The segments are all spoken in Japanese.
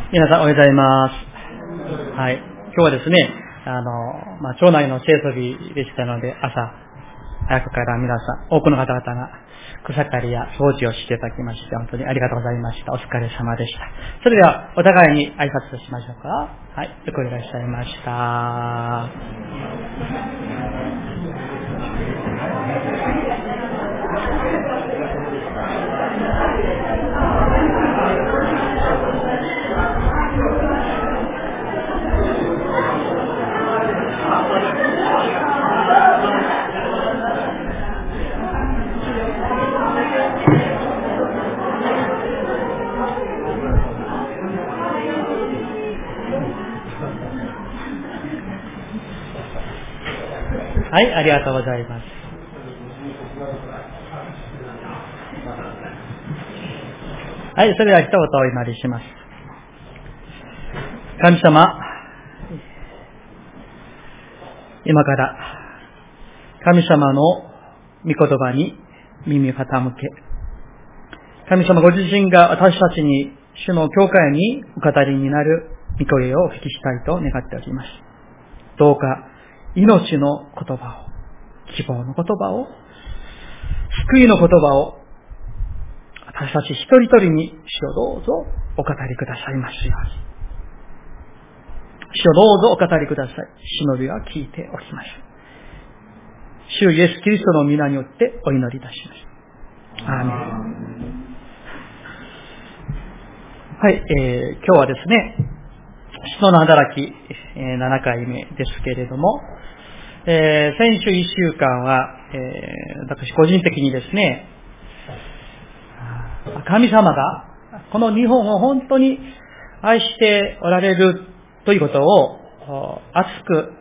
皆さんおはようございます。はい。今日はですね、町内の清掃日でしたので、朝早くから皆さん、多くの方々が草刈りや掃除をしていただきまして、本当にありがとうございました。お疲れ様でした。それでは、お互いに挨拶しましょうか。はい。よくいらっしゃいました。はい、ありがとうございます。はい、それでは一言お祈りします。神様、今から神様の御言葉に耳を傾け、神様ご自身が私たちに主の教会にお語りになる御声をお聞きしたいと願っております。どうか命の言葉を、希望の言葉を、救いの言葉を私たち一人一人に主をどうぞお語りくださいますように。主をどうぞお語りください。忍びは聞いております。主イエスキリストの皆によってお祈りいたします。アーメン。はい、今日はですね、使徒の働き、7回目ですけれども、先週1週間は、私個人的にですね、神様がこの日本を本当に愛しておられるということを熱く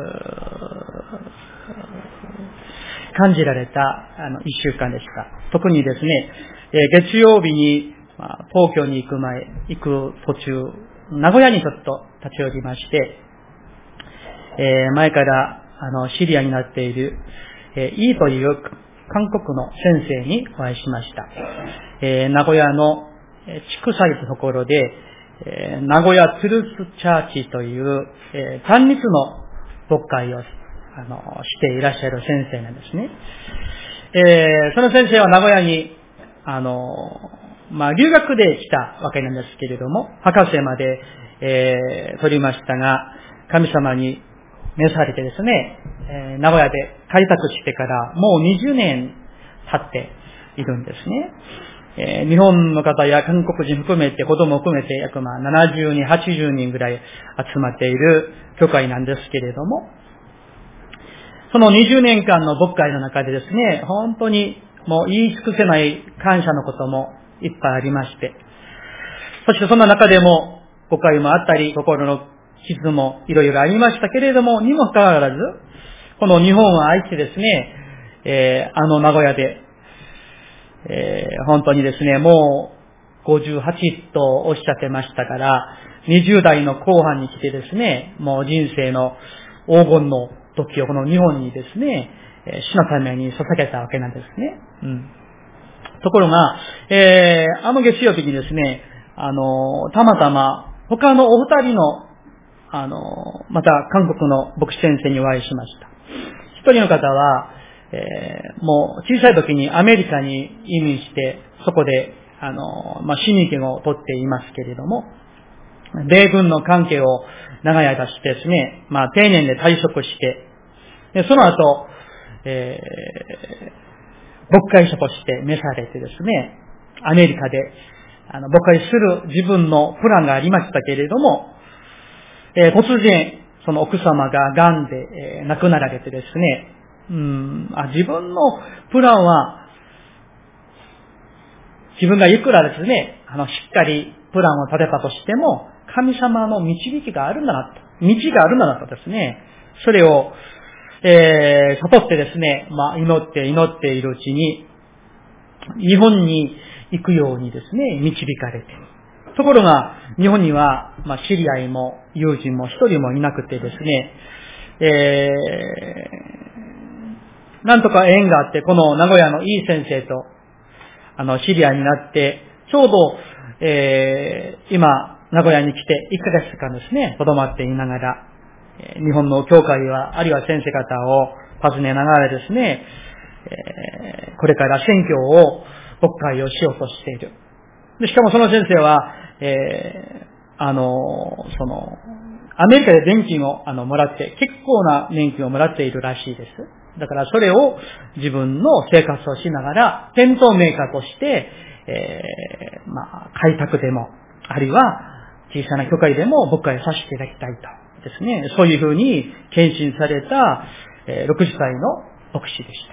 感じられた1週間でした。特にですね、月曜日に東京に行く途中、名古屋にちょっと立ち寄りまして、前からシリアになっているイーという韓国の先生にお会いしました。名古屋の筑西というところで、名古屋トゥルスチャーチという、単立の牧会をしていらっしゃる先生なんですね。その先生は名古屋に留学で来たわけなんですけれども、博士まで、取りましたが、神様に召されてですね、名古屋で開拓してからもう20年経っているんですね。日本の方や韓国人含めて子供を含めて約70人、80人ぐらい集まっている教会なんですけれども、その20年間の牧会の中でですね、本当にもう言い尽くせない感謝のこともいっぱいありまして、そしてその中でも誤解もあったり、心の傷もいろいろありましたけれども、にもかかわらず、この日本を愛してですね、名古屋で、本当にですね、もう58とおっしゃってましたから、20代の後半に来てですね、もう人生の黄金の時をこの日本にですね、主のために捧げたわけなんですね。ところが、月曜日にですね、たまたま他のお二人のまた韓国の牧師先生にお会いしました。一人の方は、もう小さい時にアメリカに移民して、そこで、市民権を取っていますけれども、米軍の関係を長い間してですね、定年で退職して、でその後、牧会者として召されてですね、アメリカで、牧会する自分のプランがありましたけれども、突然、その奥様が癌で、亡くなられてですね、自分のプランは、自分がいくらですね、しっかりプランを立てたとしても、神様の導きがあるんだなと、道があるんだなとですね、それを、悟ってですね、祈っているうちに、日本に行くようにですね、導かれて、ところが、日本には、知り合いも友人も一人もいなくてですね、なんとか縁があって、この名古屋のいい先生と、知り合いになって、ちょうど、今、 名古屋に来て1ヶ月間ですね、留まっていながら、日本の教会は、あるいは先生方を訪ねながらですね、これから宣教を、牧会をしようとしている。でしかもその先生は、アメリカで年金をもらって、結構な年金をもらっているらしいです。だからそれを自分の生活をしながら、店頭メーカーとして、開拓でも、あるいは小さな教会でも牧会させていただきたいとですね、そういうふうに献身された、60歳の牧師でした。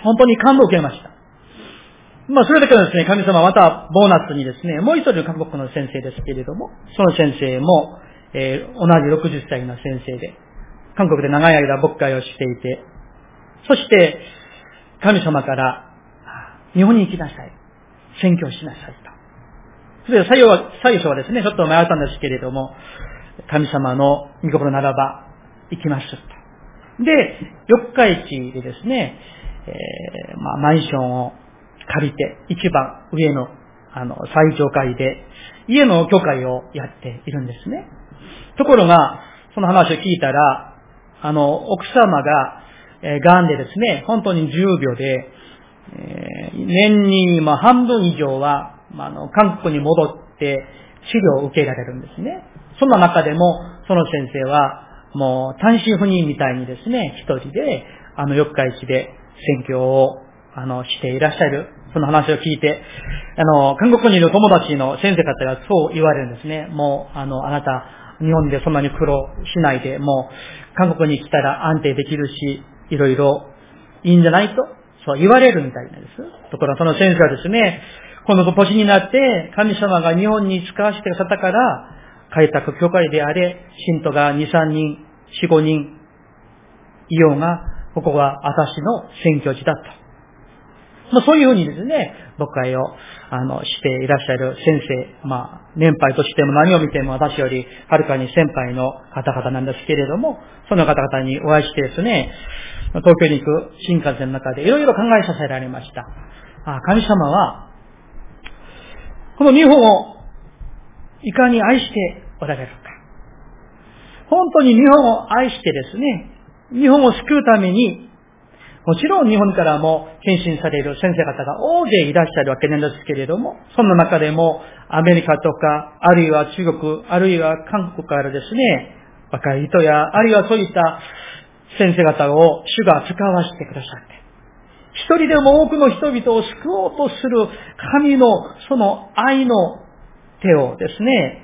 本当に感動を受けました。それだけはですね、神様はまたボーナスにですね、もう一人の韓国の先生ですけれども、その先生も、同じ60歳の先生で、韓国で長い間牧会をしていて、そして、神様から、日本に行きなさい。宣教しなさいと。それで最初はですね、ちょっと迷ったんですけれども、神様の御心ならば、行きますと。で、四日市でですね、マンションを借りて、一番上の、最上階で、家の教会をやっているんですね。ところが、その話を聞いたら、奥様が、癌でですね、本当に重病で、年に半分以上は、韓国に戻って治療を受けられるんですね。そんな中でも、その先生は、もう単身赴任みたいにですね、一人で、四日市で宣教を、していらっしゃる。その話を聞いて、韓国にいる友達の先生方がそう言われるんですね。もう、あなた、日本でそんなに苦労しないで、もう、韓国に来たら安定できるし、いろいろいいんじゃないと、そう言われるみたいなんです。ところがその先生はですね、この年になって、神様が日本に使わせてくださったから、開拓教会であれ、信徒が2、3人、4、5人いようが、ここは私の宣教地だと。そういうふうにですね、牧会を、していらっしゃる先生、年配としても何を見ても私よりはるかに先輩の方々なんですけれども、その方々にお会いしてですね、東京に行く新幹線の中でいろいろ考えさせられました。神様は、この日本をいかに愛しておられるか。本当に日本を愛してですね、日本を救うために、もちろん日本からも献身される先生方が大勢いらっしゃるわけなんですけれども、その中でもアメリカとか、あるいは中国、あるいは韓国からですね、若い人や、あるいはそういった先生方を主が使わせてくださって、一人でも多くの人々を救おうとする神のその愛の手をですね、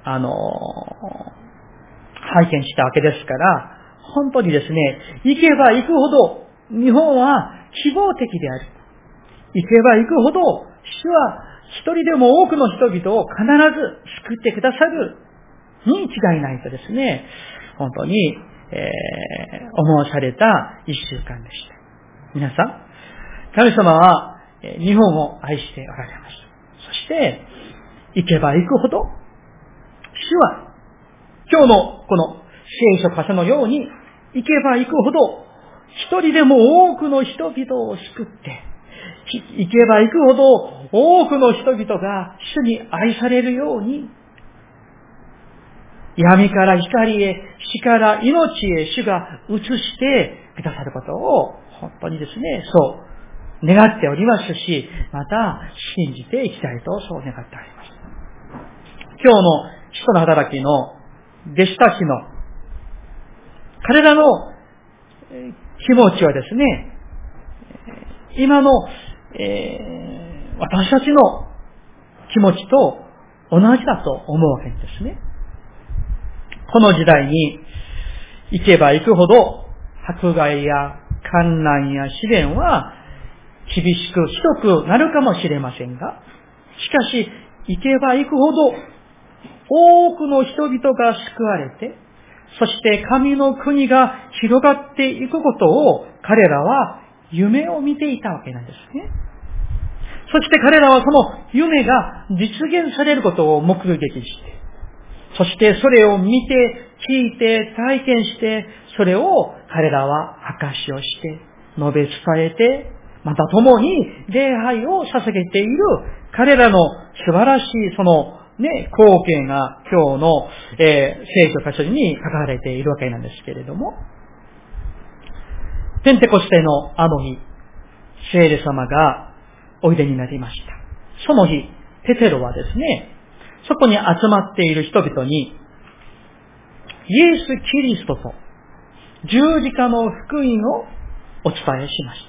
拝見したわけですから、本当にですね、行けば行くほど日本は希望的である。行けば行くほど主は一人でも多くの人々を必ず救ってくださるに違いないとですね、本当に、思わされた一週間でした。皆さん、神様は日本を愛しておられます。そして、行けば行くほど、主は今日のこの聖書箇所のように、行けば行くほど、一人でも多くの人々を救って、行けば行くほど多くの人々が主に愛されるように、闇から光へ、死から命へ主が移してくださることを本当にですね、そう願っておりますし、また信じていきたいとそう願っております。今日の使徒の働きの弟子たちの彼らの気持ちはですね、今の、私たちの気持ちと同じだと思うわけですね。この時代に行けば行くほど迫害や困難や試練は厳しくひどくなるかもしれませんが、しかし行けば行くほど多くの人々が救われて、そして神の国が広がっていくことを彼らは夢を見ていたわけなんですね。そして彼らはその夢が実現されることを目撃して、そしてそれを見て、聞いて、体験して、それを彼らは証しをして、述べ伝えて、また共に礼拝を捧げている彼らの素晴らしいそのね、光景が今日の、聖書箇所に書かれているわけなんですけれども、ペンテコステのあの日、聖霊様がおいでになりました。その日、ペテロはですね、そこに集まっている人々に、イエス・キリストと十字架の福音をお伝えしました。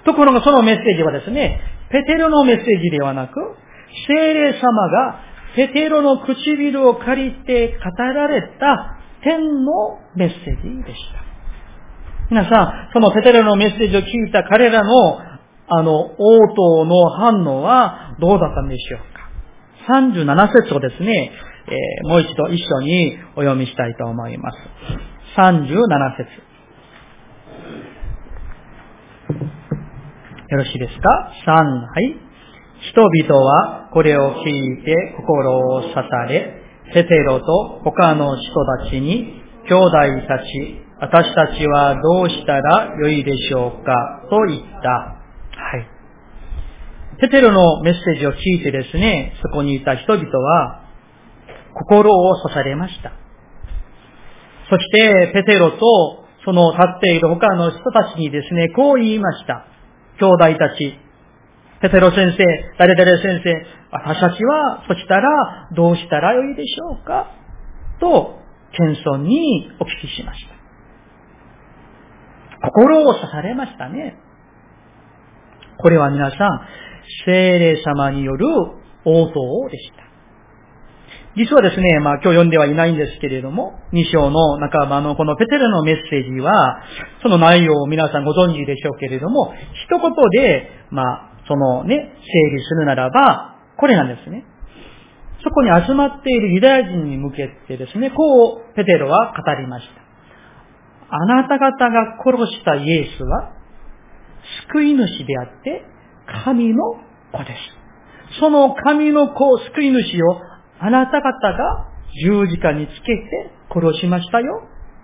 ところがそのメッセージはですね、ペテロのメッセージではなく、聖霊様がペテロの唇を借りて語られた天のメッセージでした。皆さん、そのペテロのメッセージを聞いた彼らの応答の反応はどうだったんでしょうか。37節をですね、もう一度一緒にお読みしたいと思います。37節。よろしいですか？はい。人々はこれを聞いて心を刺され、ペテロと他の人たちに、兄弟たち、私たちはどうしたらよいでしょうかと言った。はい。ペテロのメッセージを聞いてですね、そこにいた人々は心を刺されました。そしてペテロとその立っている他の人たちにですね、こう言いました。兄弟たち、ペテロ先生、誰々先生、私たちはそしたらどうしたらよいでしょうかと謙遜にお聞きしました。心を刺されましたね。これは皆さん、聖霊様による応答でした。実はですね、今日読んではいないんですけれども、2章の半ばのこのペテロのメッセージは、その内容を皆さんご存知でしょうけれども、一言で、そのね、整理するならば、これなんですね。そこに集まっているユダヤ人に向けてですね、こうペテロは語りました。あなた方が殺したイエスは救い主であって神の子です。その神の子、救い主をあなた方が十字架につけて殺しましたよ。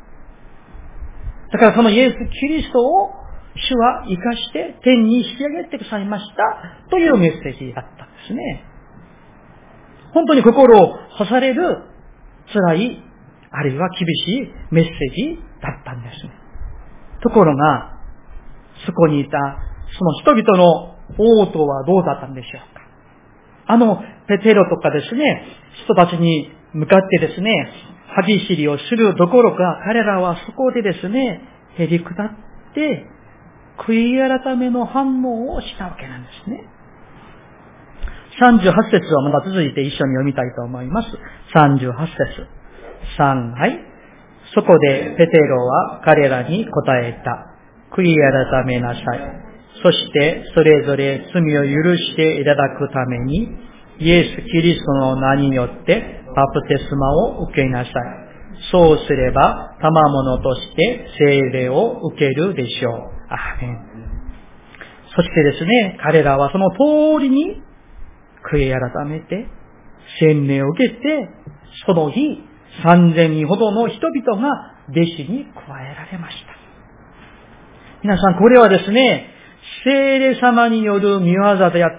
だからそのイエス・キリストを主は生かして天に引き上げてくださいましたというメッセージだったんですね。本当に心を刺される辛い、あるいは厳しいメッセージだったんですね。ところが、そこにいたその人々の応答はどうだったんでしょうか。ペテロとかですね、人たちに向かってですね、歯ぎしりをするどころか、彼らはそこでですね、へりくだって、悔い改めの反応をしたわけなんですね。38節はまた続いて一緒に読みたいと思います。38節。はい。そこでペテロは彼らに答えた。悔い改めなさい。そしてそれぞれ罪を許していただくために、イエス・キリストの名によってバプテスマを受けなさい。そうすれば、賜物として聖霊を受けるでしょう。アーメン。そしてですね、彼らはその通りに悔い改めて、洗礼を受けて、その日、3000人ほどの人々が弟子に加えられました。皆さん、これはですね、聖霊様による御業であって、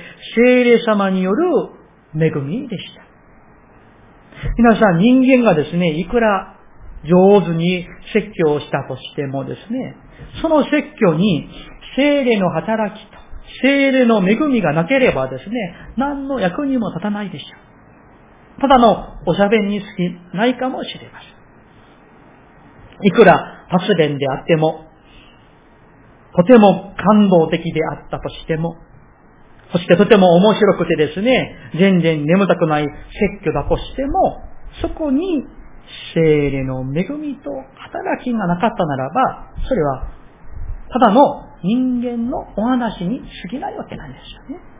聖霊様による恵みでした。皆さん、人間がですね、いくら上手に説教をしたとしてもですね、その説教に聖霊の働きと聖霊の恵みがなければですね、何の役にも立たないでしょう。ただのおしゃべりに過ぎないかもしれません。いくら達弁であっても、とても感動的であったとしても、そしてとても面白くてですね、全然眠たくない説教だとしても、そこに聖霊の恵みと働きがなかったならば、それはただの人間のお話に過ぎないわけなんですよね。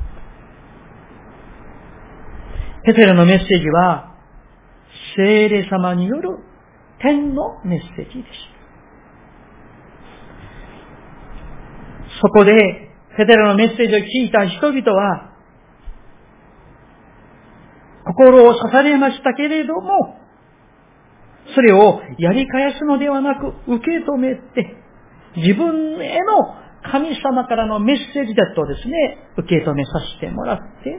ペテロのメッセージは、聖霊様による天のメッセージでした。そこで、ペテロのメッセージを聞いた人々は、心を刺されましたけれども、それをやり返すのではなく、受け止めて、自分への神様からのメッセージだとですね、受け止めさせてもらって、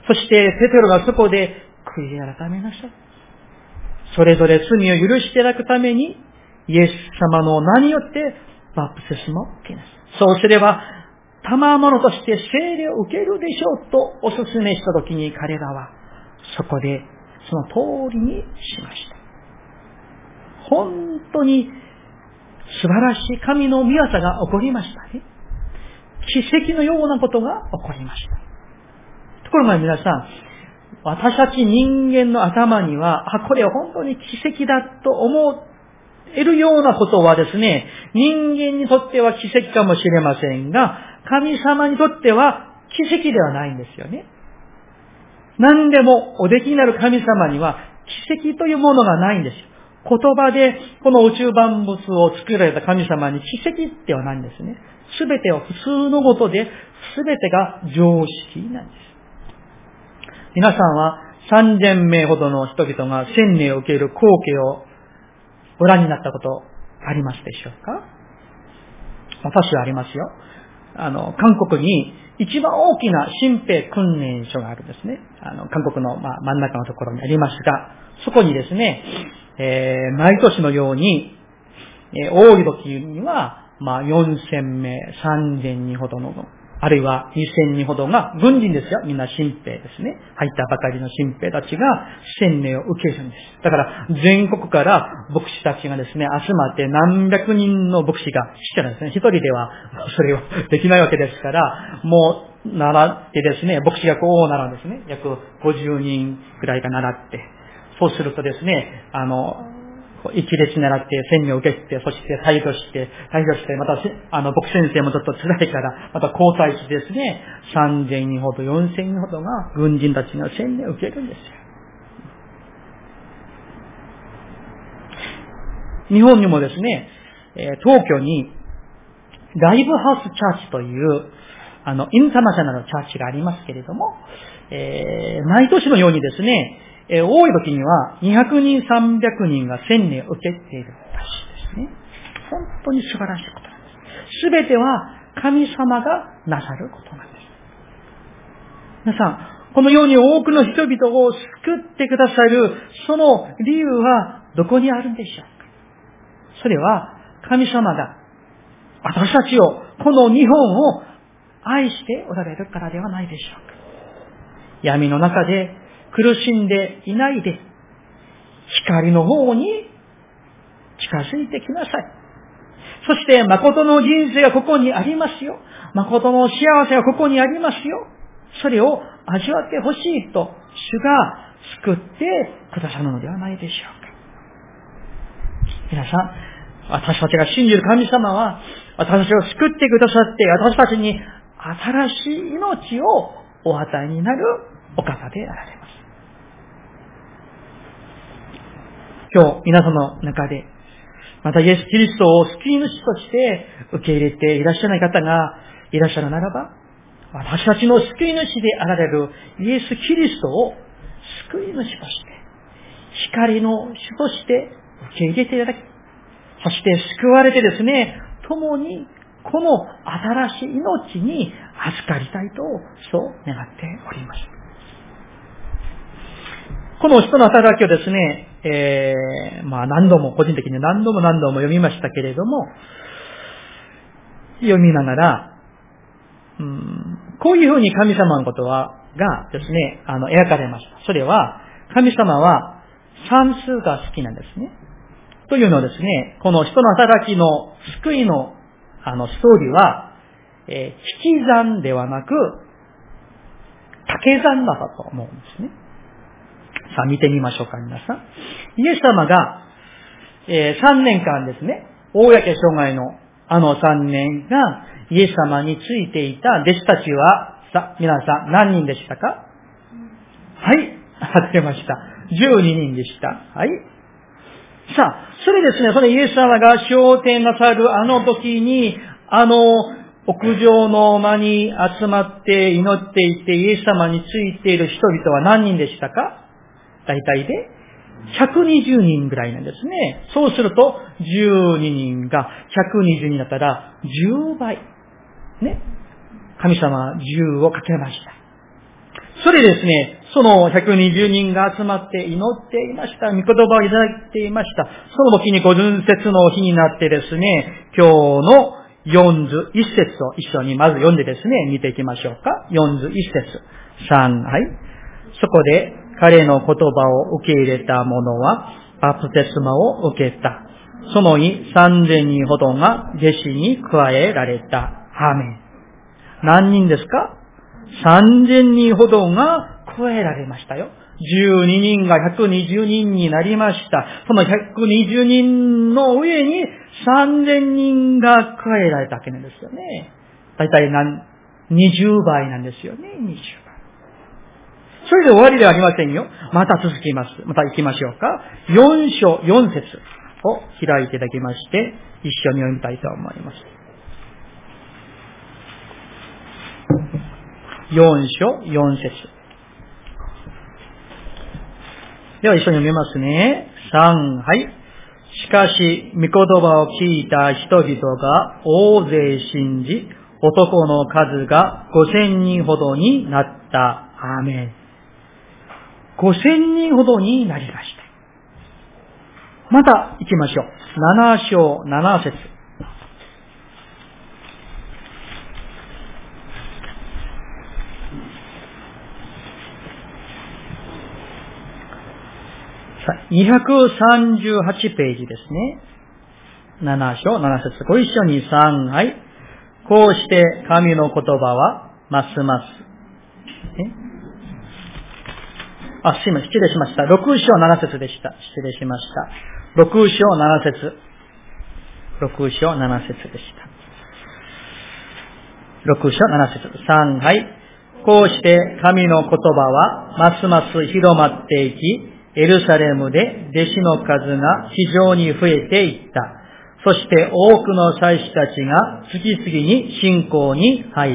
そしてペテロがそこで悔い改めなさい。それぞれ罪を許していただくために、イエス様の名によってバプテスマを受けなさい。そうすれば、賜物として聖霊を受けるでしょうとお勧めしたときに彼らは、そこでその通りにしました。本当に素晴らしい神の御業が起こりましたね。奇跡のようなことが起こりました。ところが皆さん、私たち人間の頭には、これは本当に奇跡だと思えるようなことはですね、人間にとっては奇跡かもしれませんが、神様にとっては奇跡ではないんですよね。何でもおできになる神様には奇跡というものがないんですよ。言葉でこの宇宙万物を作られた神様に奇跡ではないんですね。すべては普通のことで、すべてが常識なんです。皆さんは3000名ほどの人々が洗礼を受ける光景をご覧になったことありますでしょうか？私はありますよ。韓国に一番大きな新兵訓練所があるんですね。韓国の真ん中のところにありますが、そこにですね、毎年のように、多い時には、4000名、3000人ほどの、あるいは2000人ほどが軍人ですよ。みんな新兵ですね。入ったばかりの新兵たちが洗礼を受けるんです。だから全国から牧師たちがですね、集まって何百人の牧師がしてるんですね。一人ではそれをできないわけですから、もう習ってですね、牧師がこう習うんですね。約50人くらいが習って。そうするとですね、一列に習って洗礼を受けて、そして退去して、また、牧師先生もちょっと辛いから、また交代してですね、3000人ほど、4000人ほどが、軍人たちが洗礼を受けるんですよ。日本にもですね、東京に、ライブハウスチャーチという、インターナショナルチャーチがありますけれども、毎年のようにですね、多い時には200人、300人が洗礼を受けているらしいですね。本当に素晴らしいことなんです。すべては神様がなさることなんです。皆さん、このように多くの人々を救ってくださる、その理由はどこにあるんでしょうか？それは神様が私たちを、この日本を愛しておられるからではないでしょうか。闇の中で苦しんでいないで、光の方に近づいてきなさい。そして、誠の人生がここにありますよ。誠の幸せがここにありますよ。それを味わってほしいと、主が救ってくださるのではないでしょうか。皆さん、私たちが信じる神様は、私たちを救ってくださって、私たちに新しい命をお与えになるお方であられます。今日、皆様の中で、またイエス・キリストを救い主として受け入れていらっしゃらない方がいらっしゃるならば、私たちの救い主であられるイエス・キリストを救い主として、光の主として受け入れていただき、そして救われてですね、共にこの新しい命に預かりたいと、そう願っております。この人の働きをですね、何度も、個人的に何度も読みましたけれども、読みながら、こういうふうに神様のことがですね、描かれました。それは、神様は算数が好きなんですね。というのはですね、この人の働きの救いのストーリーは、引き算ではなく、掛け算だったと思うんですね。さあ見てみましょうか、皆さん。イエス様が、3年間ですね、公生涯の3年間、イエス様についていた弟子たちは、皆さん何人でしたか？はい、当てました。12人でした。はい。さあ、それですね、そのイエス様が昇天なさる時に、屋上の間に集まって祈っていて、イエス様についている人々は何人でしたか？大体で120人ぐらいなんですね。そうすると、12人が120人だったら10倍。ね。神様は10をかけました。 それですね、その120人が集まって祈っていました。御言葉をいただいていました。その時に五巡節の日になってですね、今日の41節を一緒にまず読んでですね、見ていきましょうか。41節。3、はい。そこで彼の言葉を受け入れた者は、バプテスマを受けた。そのに3000人ほどが弟子に加えられた。アーメン。何人ですか？3000人ほどが加えられましたよ。12人が120人になりました。その120人の上に3000人が加えられたわけなんですよね。だいたい20倍なんですよね、20倍。それで終わりではありませんよ。また続きます。また行きましょうか。4章4節を開いていただきまして、一緒に読みたいと思います。4章4節では一緒に読みますね。3、はい。しかし、御言葉を聞いた人々が大勢信じ、男の数が5000人ほどになった。アーメン。5000人ほどになりました。また行きましょう。7章7節238ページですね。7章7節ご一緒に3、はい。こうして神の言葉はますます。すいません。失礼しました。6章7節でした。失礼しました。6章7節。6章7節でした。6章7節。3、はい。こうして神の言葉はますます広まっていき、エルサレムで弟子の数が非常に増えていった。そして多くの祭司たちが次々に信仰に入った。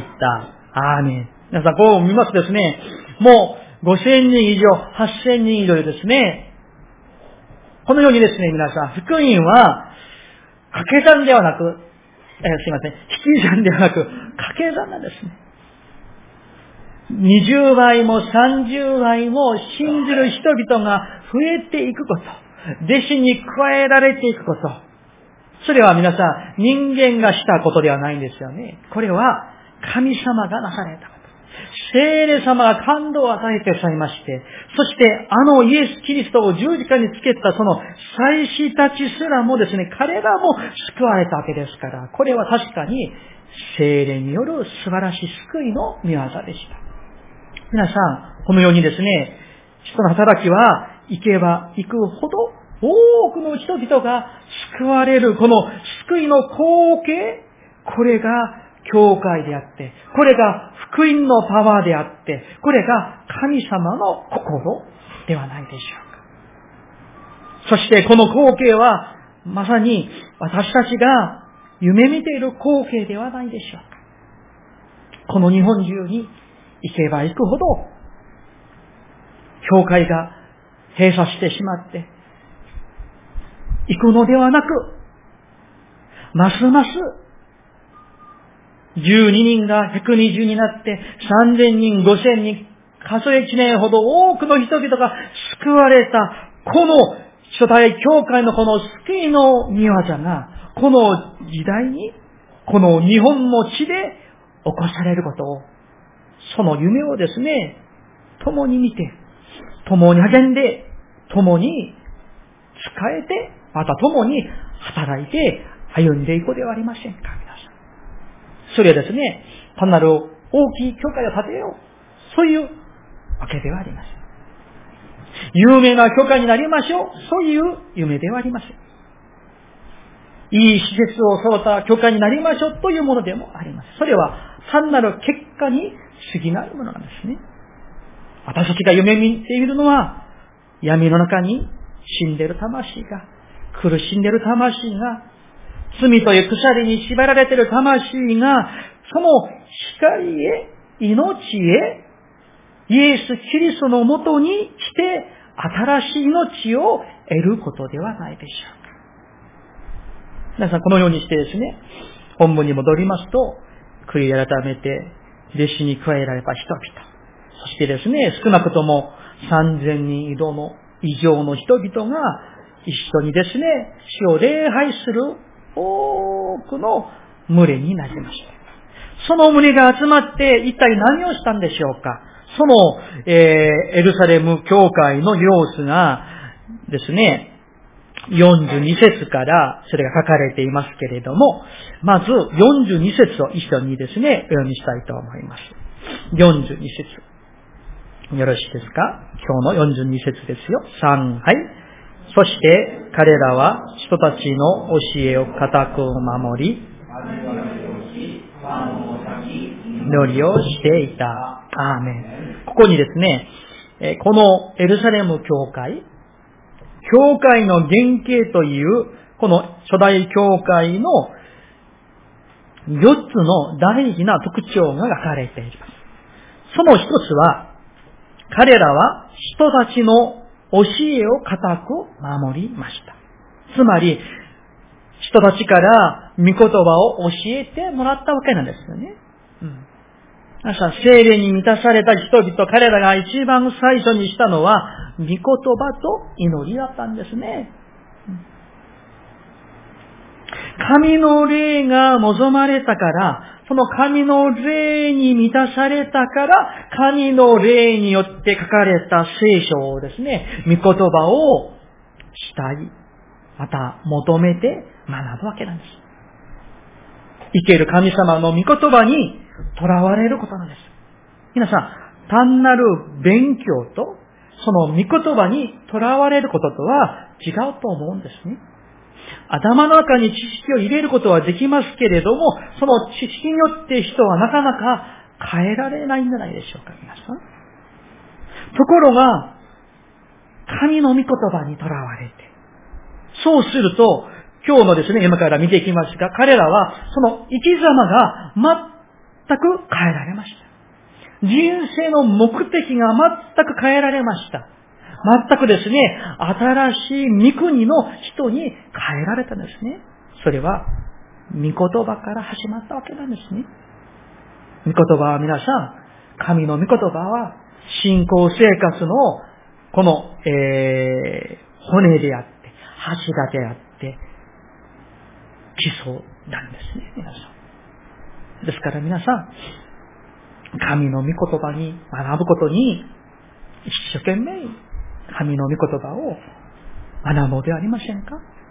アーメン。皆さんこう見ますですね。もう5000人以上、8000人以上ですね。このようにですね、皆さん、福音は掛け算ではなく、すいません、引き算ではなく、掛け算なんですね。20倍も30倍も信じる人々が増えていくこと。弟子に加えられていくこと。それは皆さん、人間がしたことではないんですよね。これは神様がなされたこと。聖霊様が感動を与えてくださいまして、そしてイエス・キリストを十字架につけたその祭司たちすらもですね、彼らも救われたわけですから、これは確かに聖霊による素晴らしい救いの御業でした。皆さん、このようにですね、人の働きは行けば行くほど多くの人々が救われるこの救いの光景、これが教会であって、これが福音のパワーであって、これが神様の心ではないでしょうか。そしてこの光景はまさに私たちが夢見ている光景ではないでしょうか。この日本中に行けば行くほど、教会が閉鎖してしまって、行くのではなく、ますます、12人が120になって、3000人、5000人、数え1年ほど多くの人々が救われた、この初代教会のこの救いの御業が、この時代に、この日本の地で起こされることを、その夢をですね、共に見て、共に励んで、共に使えて、また共に働いて歩んでいこうではありませんか、皆さん。それはですね、単なる大きい教会を建てよう。そういうわけではありません。有名な教会になりましょう。そういう夢ではありません。いい施設を揃った教会になりましょうというものでもあります。それは単なる結果に過ぎないものなんですね。私たちが夢見ているのは、闇の中に死んでいる魂が、苦しんでいる魂が、罪という鎖に縛られている魂が、その光へ、命へ、イエス・キリストのもとに来て、新しい命を得ることではないでしょうか。皆さん、このようにしてですね、本文に戻りますと、悔い改めて、弟子に加えられた人々、 そしてですね、少なくとも3000人以上の人々が一緒にですね、主を礼拝する多くの群れになりました。その群れが集まって一体何をしたんでしょうか。その、エルサレム教会の様子がですね、42節からそれが書かれていますけれども、まず42節を一緒にですね、お読みしたいと思います。42節。よろしいですか？今日の42節ですよ。3、はい。そして彼らは人たちの教えを固く守り、祈りをしていた。アーメン。ここにですね、このエルサレム教会の原型という、この初代教会の4つの大事な特徴が書かれています。その一つは、彼らは人たちの教えを固く守りました。つまり、人たちから御言葉を教えてもらったわけなんですよね。聖霊に満たされた人々、彼らが一番最初にしたのは、御言葉と祈りだったんですね。神の霊が望まれたから、その神の霊に満たされたから、神の霊によって書かれた聖書をですね、御言葉をしたい、また求めて学ぶわけなんです。生ける神様の御言葉に囚われることなんです。皆さん、単なる勉強と、その御言葉に囚われることとは違うと思うんですね。頭の中に知識を入れることはできますけれども、その知識によって人はなかなか変えられないんじゃないでしょうか、皆さん。ところが、神の御言葉に囚われて、そうすると、今日のですね、今から見ていきますが、彼らはその生き様が全く変えられました。人生の目的が全く変えられました。全くですね、新しい御国の人に変えられたんですね。それは、御言葉から始まったわけなんですね。御言葉は皆さん、神の御言葉は、信仰生活の、この、骨であって、柱であって、基礎なんですね、皆さん。ですから皆さん、神の御言葉に学ぶことに、一生懸命、神の御言葉を学ぼうではありませんか？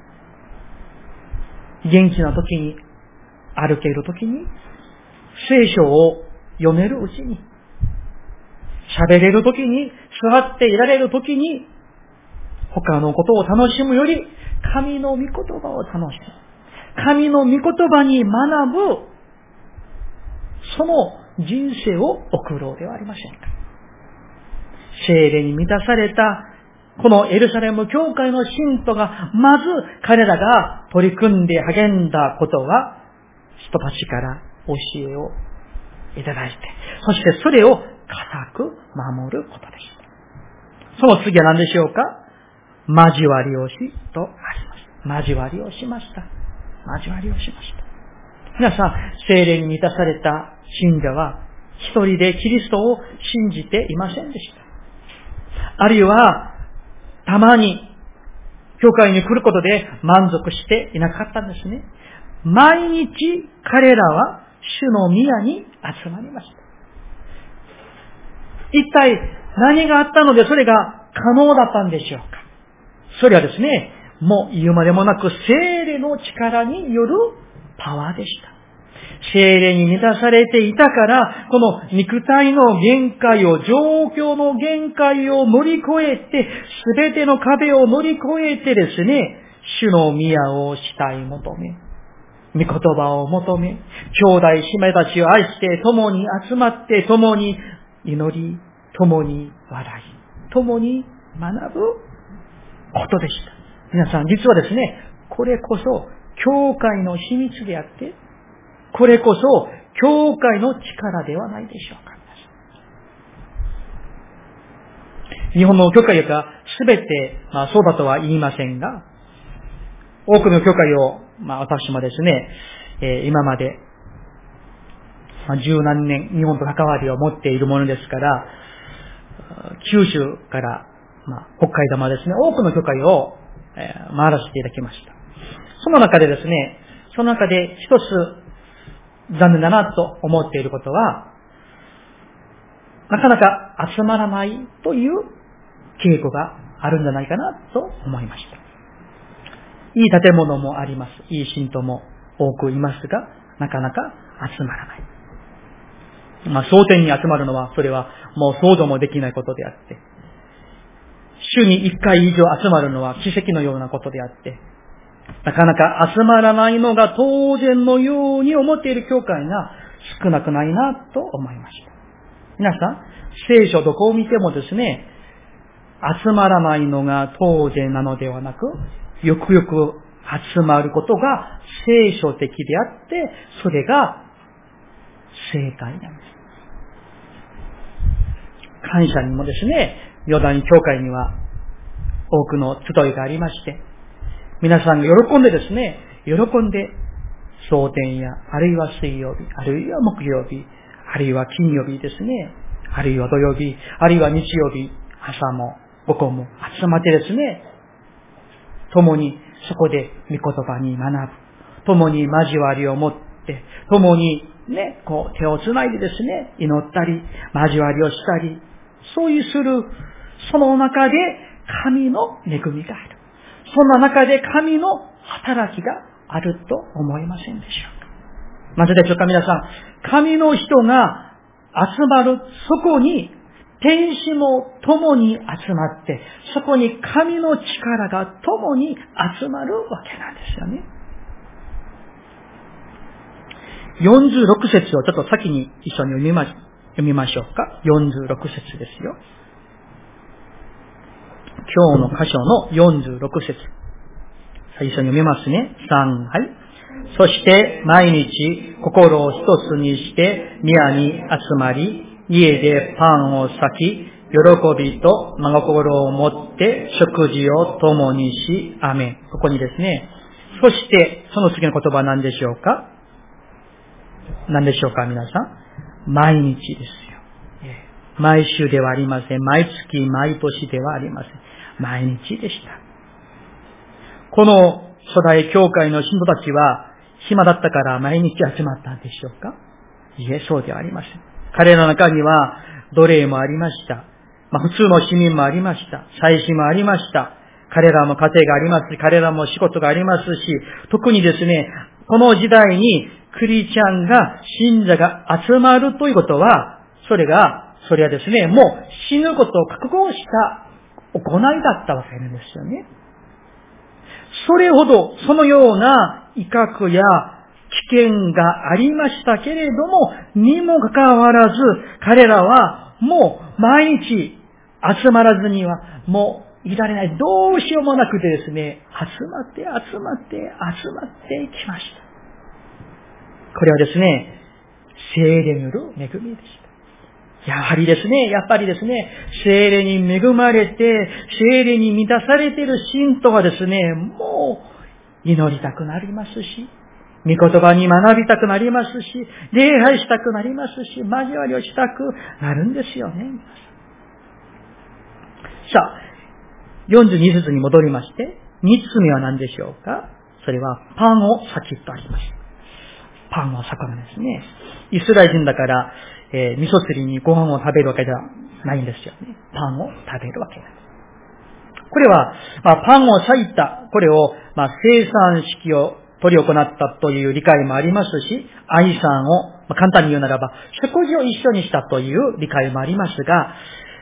元気な時に、歩ける時に、聖書を読めるうちに、喋れる時に、座っていられる時に、他のことを楽しむより、神の御言葉を楽しむ。神の御言葉に学ぶ、その人生を送ろうではありませんか。聖霊に満たされた、このエルサレム教会の信徒が、まず彼らが取り組んで励んだことは、人たちから教えをいただいて、そしてそれを固く守ることでした。その次は何でしょうか？交わりをしとあります。交わりをしました。交わりをしました。皆さん、聖霊に満たされた信者は、一人でキリストを信じていませんでした。あるいは、たまに、教会に来ることで満足していなかったんですね。毎日、彼らは主の宮に集まりました。一体、何があったのでそれが可能だったんでしょうか。それはですね、もう言うまでもなく聖霊の力によるパワーでした。聖霊に満たされていたから、この肉体の限界を、状況の限界を乗り越えて、すべての壁を乗り越えてですね、主の宮を慕い求め、御言葉を求め、兄弟姉妹たちを愛して、共に集まって、共に祈り、共に笑い、共に学ぶことでした。皆さん、実はですね、これこそ教会の秘密であって、これこそ教会の力ではないでしょうか。日本の教会がすべて、そうだとは言いませんが、多くの教会を、私もですね、今まで、十何年日本と関わりを持っているものですから、 九州から、北海道までですね、多くの教会を、回らせていただきました。その中でですね、その中で一つ残念だなと思っていることは、なかなか集まらないという傾向があるんじゃないかなと思いました。いい建物もあります。いい信徒も多くいますが、なかなか集まらない。商店に集まるのは、それはもう想像もできないことであって、週に1回以上集まるのは奇跡のようなことであって、なかなか集まらないのが当然のように思っている教会が少なくないなと思いました。皆さん、聖書どこを見てもですね、集まらないのが当然なのではなく、よくよく集まることが聖書的であって、それが正解なんです。感謝にもですね、ヨダン教会には多くの集いがありまして、皆さんが喜んでですね、蒼天や、あるいは水曜日、あるいは木曜日、あるいは金曜日ですね、あるいは土曜日、あるいは日曜日、朝も午後も集まってですね、共にそこで御言葉に学ぶ、共に交わりを持って、共にね、手をつないでですね、祈ったり、交わりをしたり、そういうする、その中で神の恵みがある。そんな中で神の働きがあると思いませんでしょうか。なぜでしょうか、皆さん。神の人が集まる、そこに天使も共に集まって、そこに神の力が共に集まるわけなんですよね。46節をちょっと先に一緒に読みましょうか。46節ですよ。今日の箇所の46節。最初に読みますね。3、はい。そして毎日心を一つにして宮に集まり、家でパンを裂き、喜びと真心を持って食事を共にし、アメン。ここにですね。そしてその次の言葉は何でしょうか。何でしょうか、皆さん。毎日ですよ。毎週ではありません。毎月、毎年ではありません。毎日でした。この初代教会の信徒たちは暇だったから毎日集まったんでしょうか。いえ、そうではありません。彼らの中には奴隷もありました。普通の市民もありました。祭司もありました。彼らも家庭がありますし、彼らも仕事がありますし、特にですね、この時代にクリスチャンが、信者が集まるということは、それはですね、もう死ぬことを覚悟した行いだったわけなんですよね。それほどそのような威嚇や危険がありましたけれども、にもかかわらず、彼らはもう毎日集まらずにはもういられない。どうしようもなくてですね、集まってきました。これはですね、聖霊による恵みでした。やっぱりですね、聖霊に恵まれて、聖霊に満たされている信徒はですね、もう祈りたくなりますし、御言葉に学びたくなりますし、礼拝したくなりますし、交わりをしたくなるんですよね。さあ、42節に戻りまして、3つ目は何でしょうか。それはパンを裂きとあります。パンは魚ですね。イスラエル人だから、味噌汁にご飯を食べるわけではないんですよね。パンを食べるわけです。これは、パンを裂いた、これを、生産式を取り行ったという理解もありますし、愛さんを、簡単に言うならば、食事を一緒にしたという理解もありますが、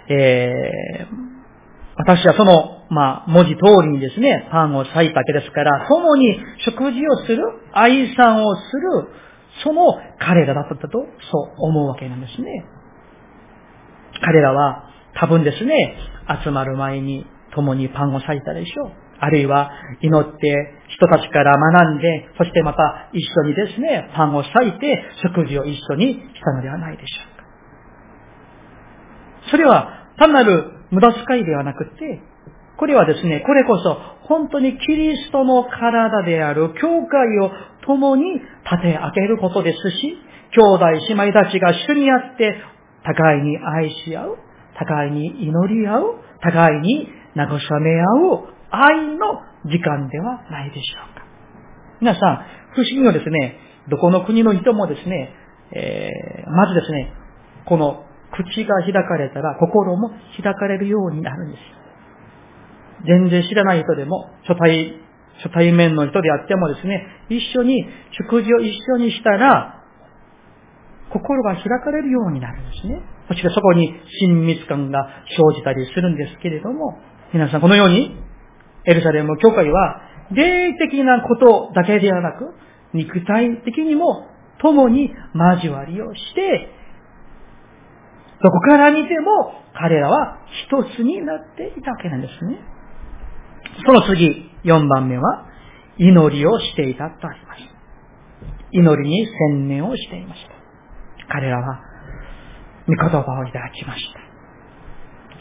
私はその、文字通りにですね、パンを裂いたわけですから、共に食事をする、愛さんをする、その彼らだったと、そう思うわけなんですね。彼らは多分ですね、集まる前に共にパンを裂いたでしょう。あるいは祈って人たちから学んで、そしてまた一緒にですね、パンを裂いて食事を一緒にしたのではないでしょうか。それは単なる無駄遣いではなくて、これはですね、これこそ本当にキリストの体である教会を共に立て上げることですし、兄弟姉妹たちが主にあって互いに愛し合う、 互いに祈り合う、互いに慰め合う愛の時間ではないでしょうか。皆さん、不思議のですね、どこの国の人もですね、まずですね、この口が開かれたら心も開かれるようになるんですよ。全然知らない人でも、初対面の人であってもですね、一緒に食事を一緒にしたら、心が開かれるようになるんですね。そしてそこに親密感が生じたりするんですけれども、皆さんこのように、エルサレム教会は、霊的なことだけではなく、肉体的にも共に交わりをして、どこから見ても彼らは一つになっていたわけなんですね。その次、4番目は、祈りをしていたとあります。祈りに専念をしていました。彼らは、御言葉をいただきました。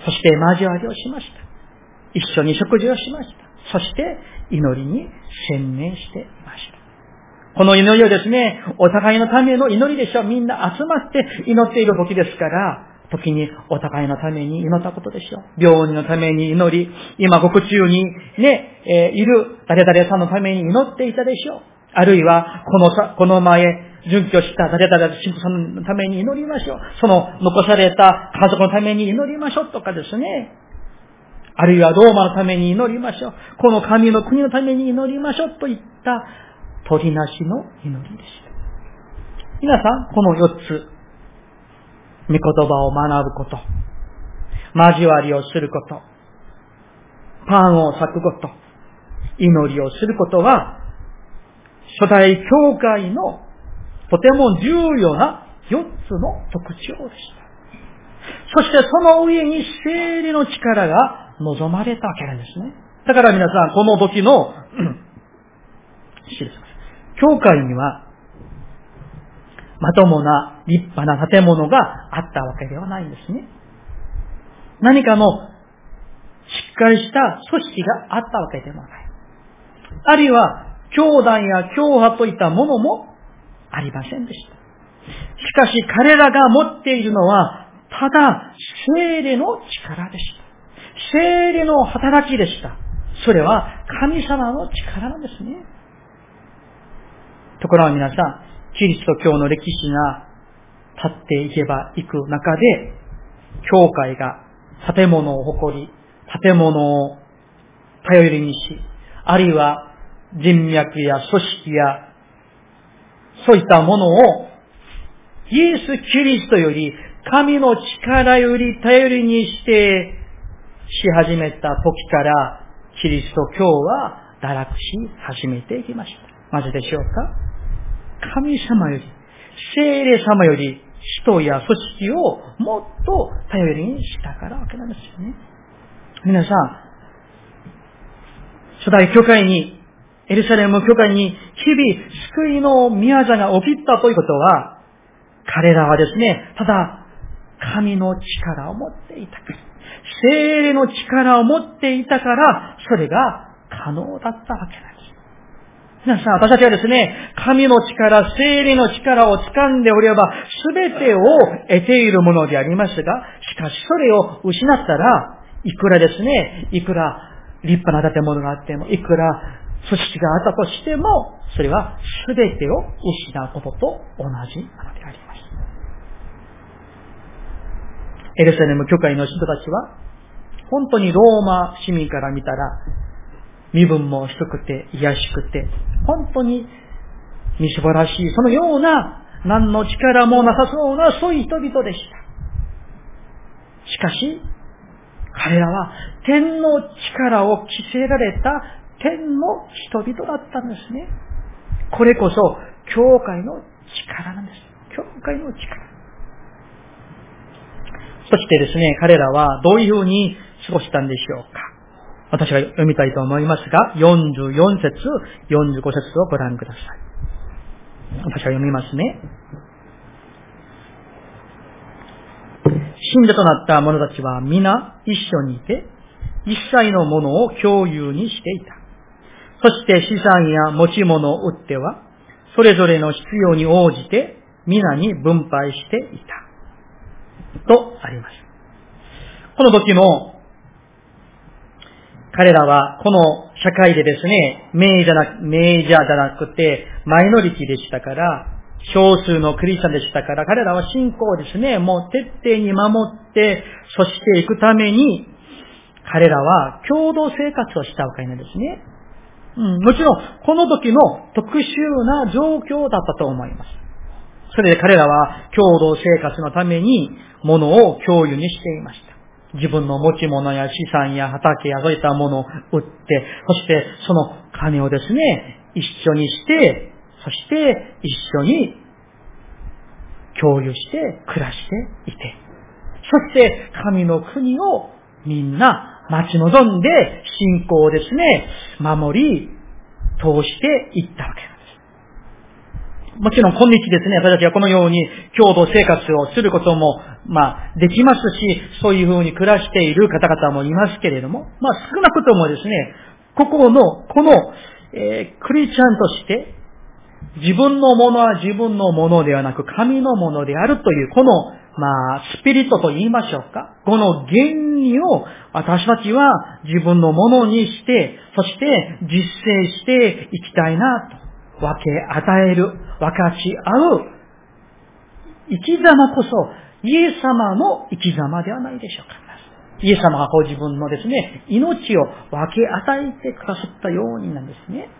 そして交わりをしました。一緒に食事をしました。そして、祈りに専念していました。この祈りをですね、お互いのための祈りでしょう。みんな集まって祈っている時ですから、時にお互いのために祈ったことでしょう。病人のために祈り、今獄中にね、いる誰々さんのために祈っていたでしょう。あるいは、この前、殉居した誰々神父さんのために祈りましょう。その残された家族のために祈りましょうとかですね。あるいはローマのために祈りましょう。この神の国のために祈りましょうといった取りなしの祈りでした。皆さん、この4つ、御言葉を学ぶこと、交わりをすること、パンを裂くこと、祈りをすることは、初代教会のとても重要な4つの特徴でした。そしてその上に聖霊の力が望まれたわけなんですね。だから皆さん、この時の教会にはまともな立派な建物があったわけではないんですね。何かのしっかりした組織があったわけでもない。あるいは教団や教派といったものもありませんでした。しかし彼らが持っているのはただ聖霊の力でした。聖霊の働きでした。それは神様の力なんですね。ところが皆さん、キリスト教の歴史が経っていけばいく中で、教会が建物を誇り、建物を頼りにし、あるいは人脈や組織やそういったものをイエス・キリストより神の力より頼りにしてし始めた時からキリスト教は堕落し始めていきました。なぜでしょうか？神様より、聖霊様より人や組織をもっと頼りにしたからわけなんですよね。皆さん、初代教会に、エルサレム教会に日々救いの宮座が起きたということは、彼らはですね、ただ神の力を持っていたから、聖霊の力を持っていたから、それが可能だったわけなんです。皆さん、私たちはですね、神の力、聖霊の力を掴んでおれば、すべてを得ているものでありますが、しかしそれを失ったら、いくらですね、いくら立派な建物があっても、いくら組織があったとしても、それはすべてを失うことと同じなのであります。エルサレム教会の人たちは、本当にローマ市民から見たら、身分も低くて、卑しくて、本当にみすぼらしい、そのような、何の力もなさそうな、そういう人々でした。しかし、彼らは天の力を着せられた天の人々だったんですね。これこそ、教会の力なんです。教会の力。そしてですね、彼らはどういうふうに過ごしたんでしょうか。私が読みたいと思いますが、44節、45節をご覧ください。私が読みますね。信者となった者たちは皆一緒にいて、一切のものを共有にしていた。そして資産や持ち物を売っては、それぞれの必要に応じて皆に分配していた。とあります。 この時の彼らはこの社会でですね、メジャーじゃなくてマイノリティでしたから、少数のクリスチャンでしたから、彼らは信仰をですね、もう徹底に守って、そしていくために、彼らは共同生活をしたわけなんですね。もちろん、この時の特殊な状況だったと思います。それで彼らは共同生活のために物を共有にしていました。自分の持ち物や資産や畑やそういったものを売って、そしてその金をですね、一緒にして、そして一緒に共有して暮らしていて、そして神の国をみんな待ち望んで信仰をですね、守り、通していったわけなんです。もちろん今日ですね、私たちはこのように共同生活をすることも、できますし、そういうふうに暮らしている方々もいますけれども、少なくともですね、このクリスチャンとして、自分のものは自分のものではなく神のものであるという、この、スピリットと言いましょうか。この原理を私たちは自分のものにして、そして実践していきたいなと。分け与える、分かち合う生き様こそイエス様の生き様ではないでしょうか。イエス様がご自分のですね、命を分け与えてくださったようになんですね。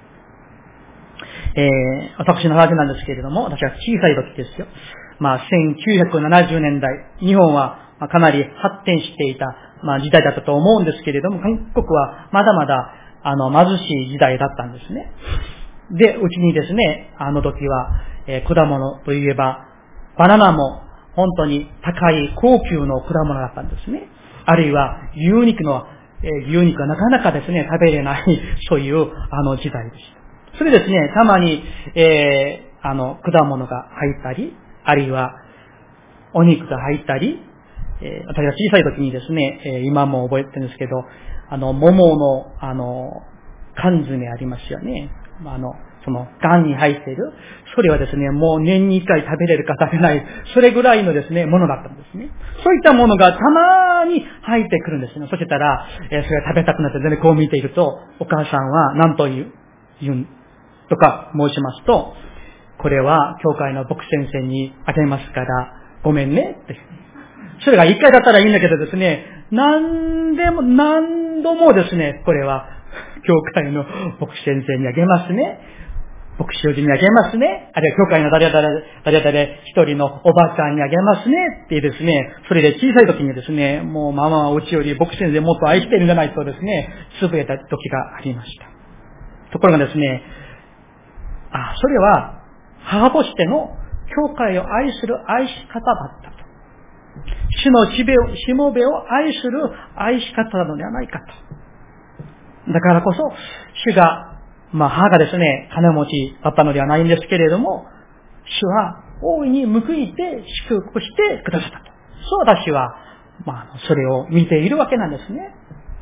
私の話なんですけれども、私は小さい時ですよ。1970年代、日本はかなり発展していた、時代だったと思うんですけれども、韓国はまだまだ、貧しい時代だったんですね。で、うちにですね、あの時は、果物といえば、バナナも本当に高い高級の果物だったんですね。あるいは、牛肉はなかなかですね、食べれない、そういう時代でした。それですね、たまに、果物が入ったり、あるいは、お肉が入ったり、私が小さい時にですね、今も覚えてるんですけど、桃の、缶詰ありますよね。その、缶に入っている。それはですね、もう年に一回食べれるか食べない、それぐらいのですね、ものだったんですね。そういったものがたまに入ってくるんですね。そしたら、それが食べたくなって、こう見ていると、お母さんは何と言うとか申しますと、これは教会の牧先生にあげますから、ごめんねって。それが一回だったらいいんだけどですね、何度もですね、これは教会の牧先生にあげますね。牧師にあげますね。あるいは教会の誰々一人のおばさんにあげますねってですね、それで小さい時にですね、もうママはうちより牧師先生もっと愛してるんじゃないとですね、つぶやいた時がありました。ところがですね、それは母としての教会を愛する愛し方だったと。主のしもべを愛する愛し方なのではないかと。だからこそ、主が、母がですね、金持ちだったのではないんですけれども、主は大いに報いて祝福してくださったと。そう私は、それを見ているわけなんですね。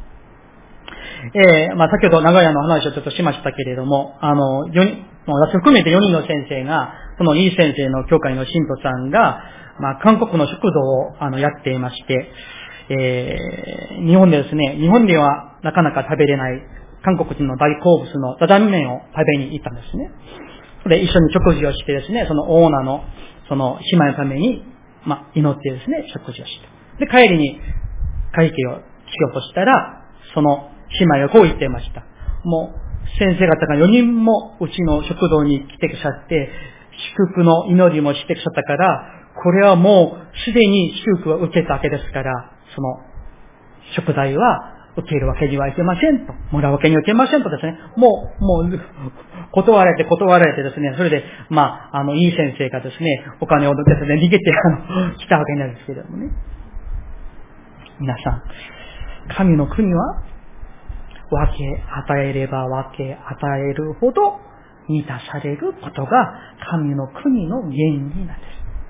先ほど名古屋の話をちょっとしましたけれども、私含めて4人の先生が、このいい先生の教会の信徒さんが、韓国の食堂をやっていまして、日本でですね、日本ではなかなか食べれない韓国人の大好物のザザン麺を食べに行ったんですね。で、一緒に食事をしてですね、そのオーナーの、その姉妹のために、祈ってですね、食事をして。で、帰りに会計をしようとしたら、その姉妹がこう言っていました。もう、先生方が4人もうちの食堂に来てくださって、祝福の祈りもしてくださったから、これはもうすでに祝福を受けたわけですから、その食材は受けるわけにはいけませんと、もらうわけにはいけませんとですね、もう、断られてですね、それで、いい先生がですね、お金をですね、逃げて来たわけなんですけれどもね。皆さん、神の国は、分け与えれば分け与えるほど満たされることが神の国の原理なんです。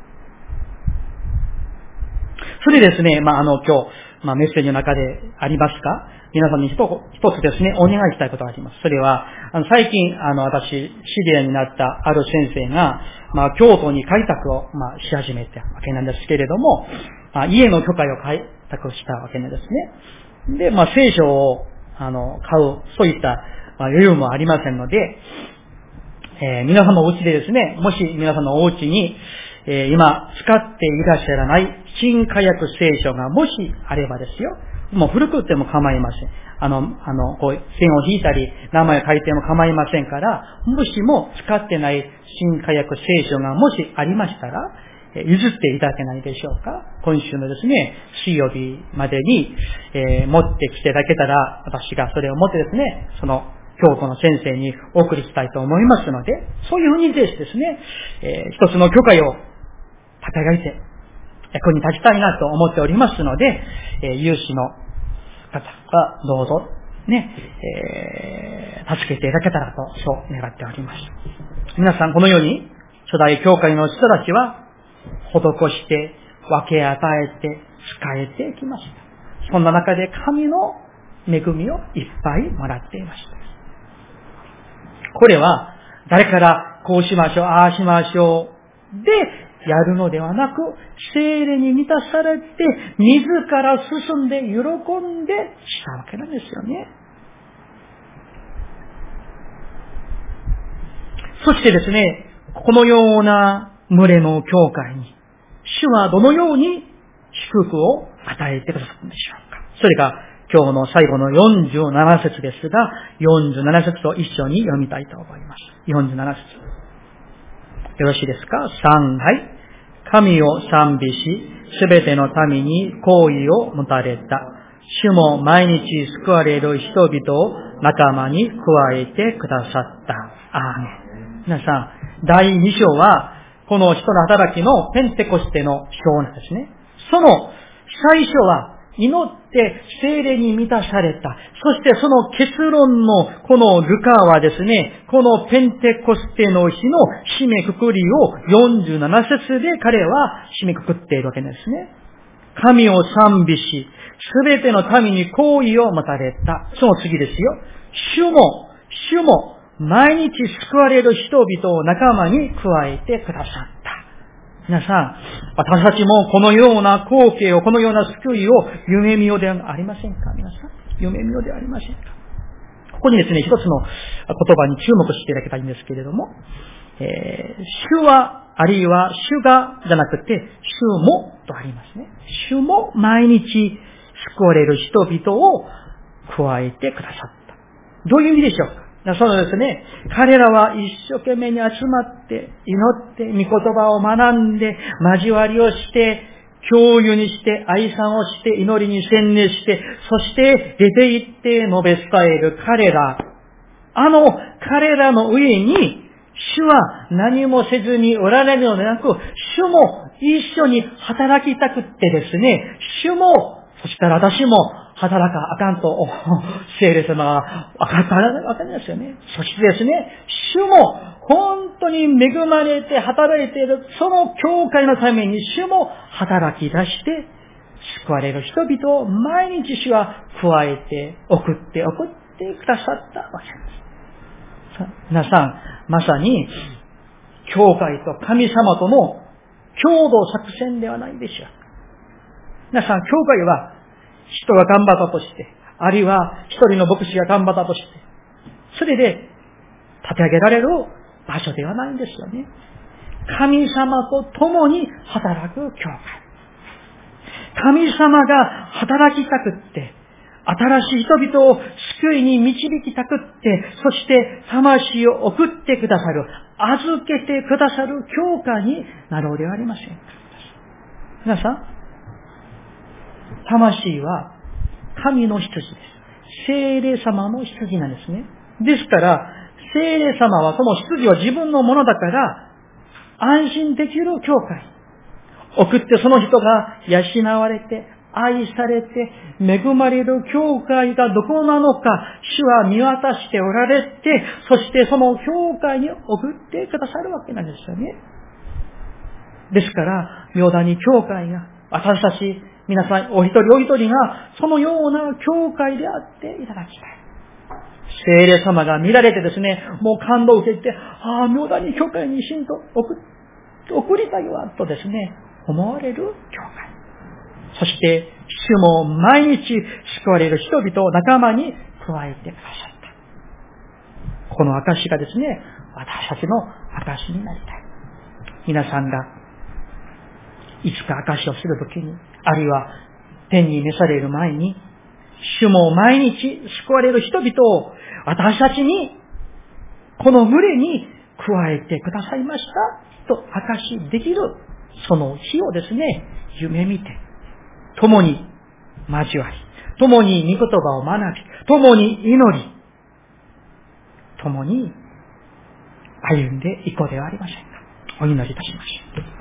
それですね、今日、メッセージの中でありますが、皆さんに一つですね、お願いしたいことがあります。それは、最近、私、知り合いになったある先生が、京都に開拓を、し始めたわけなんですけれども、家の許可を託したわけなんですね。で、聖書を、買う、そういった、余裕もありませんので、皆様のお家でですね、もし皆さんのお家に、今使っていらっしゃらない新化訳聖書がもしあればですよ、もう古くても構いません。こう線を引いたり、名前を書いても構いませんから、もしも使ってない新化訳聖書がもしありましたら、譲っていただけないでしょうか。今週のですね、水曜日までに、持ってきていただけたら、私がそれを持ってですね、その教徒の先生にお送りしたいと思いますので、そういうふうにですね、一つの教会を立て上げて、役に立ちたいなと思っておりますので、有志の方はどうぞ、ね、助けていただけたらと、そう願っております。皆さんこのように、初代教会の人たちは、施して、分け与えて、使えてきました。そんな中で神の恵みをいっぱいもらっていました。これは、誰からこうしましょう、ああしましょう、で、やるのではなく、聖霊に満たされて、自ら進んで、喜んでしたわけなんですよね。そしてですね、このような群れの教会に、主はどのように祝福を与えてくださるんでしょうか。それが今日の最後の47節ですが、47節と一緒に読みたいと思います。47節。よろしいですか？ 3、はい。神を賛美し、すべての民に好意を持たれた。主も毎日救われる人々を仲間に加えてくださった。アーメン。皆さん、第2章は、この使徒の働きのペンテコステの章なんですね。その最初は、祈って聖霊に満たされた。そしてその結論のこのルカはですね、このペンテコステの日の締めくくりを47節で彼は締めくくっているわけですね。神を賛美し、すべての民に好意を持たれた。その次ですよ。主も、毎日救われる人々を仲間に加えてくださった。皆さん、私たちもこのような光景を、このような救いを夢見ようではありませんか？皆さん、夢見ようではありませんか？ここにですね、一つの言葉に注目していただきたいんですけれども、主は、あるいは主が、じゃなくて、主もとありますね。主も毎日救われる人々を加えてくださった。どういう意味でしょうか？そのですね、彼らは一生懸命に集まって、祈って、御言葉を学んで、交わりをして、共有にして、愛賛をして、祈りに専念して、そして出て行って述べ伝える彼ら。彼らの上に、主は何もせずにおられるのではなく、主も一緒に働きたくってですね、主も、そしたら私も働かあかんと、聖霊様が分かったわけですよね。そしてですね、主も本当に恵まれて働いている、その教会のために主も働き出して、救われる人々を毎日主は加えて、送ってくださったわけです。皆さん、まさに、教会と神様との共同作戦ではないでしょうか。皆さん、教会は人が頑張ったとして、あるいは一人の牧師が頑張ったとして、それで立て上げられる場所ではないんですよね。神様と共に働く教会。神様が働きたくって、新しい人々を救いに導きたくって、そして魂を送ってくださる、預けてくださる教会になろうではありませんか。皆さん、魂は神の羊です。聖霊様の羊なんですね。ですから、聖霊様はその羊は自分のものだから、安心できる教会。送ってその人が養われて、愛されて、恵まれる教会がどこなのか、主は見渡しておられて、そしてその教会に送ってくださるわけなんですよね。ですから、妙だに教会が、私たち、皆さん、お一人お一人が、そのような教会であっていただきたい。聖霊様が見られてですね、もう感動を受けて、妙だに教会に信徒送りたいわ、とですね、思われる教会。そして、 主も毎日救われる人々を仲間に加えてくださった。この証がですね、私たちの証になりたい。皆さんがいつか証をするときに、あるいは天に召される前に、主も毎日救われる人々を私たちに、この群れに加えてくださいましたと証しできる、その日をですね、夢見て、共に交わり、共に御言葉を学び、共に祈り、共に歩んでいこうではありませんか。お祈りいたしましょう。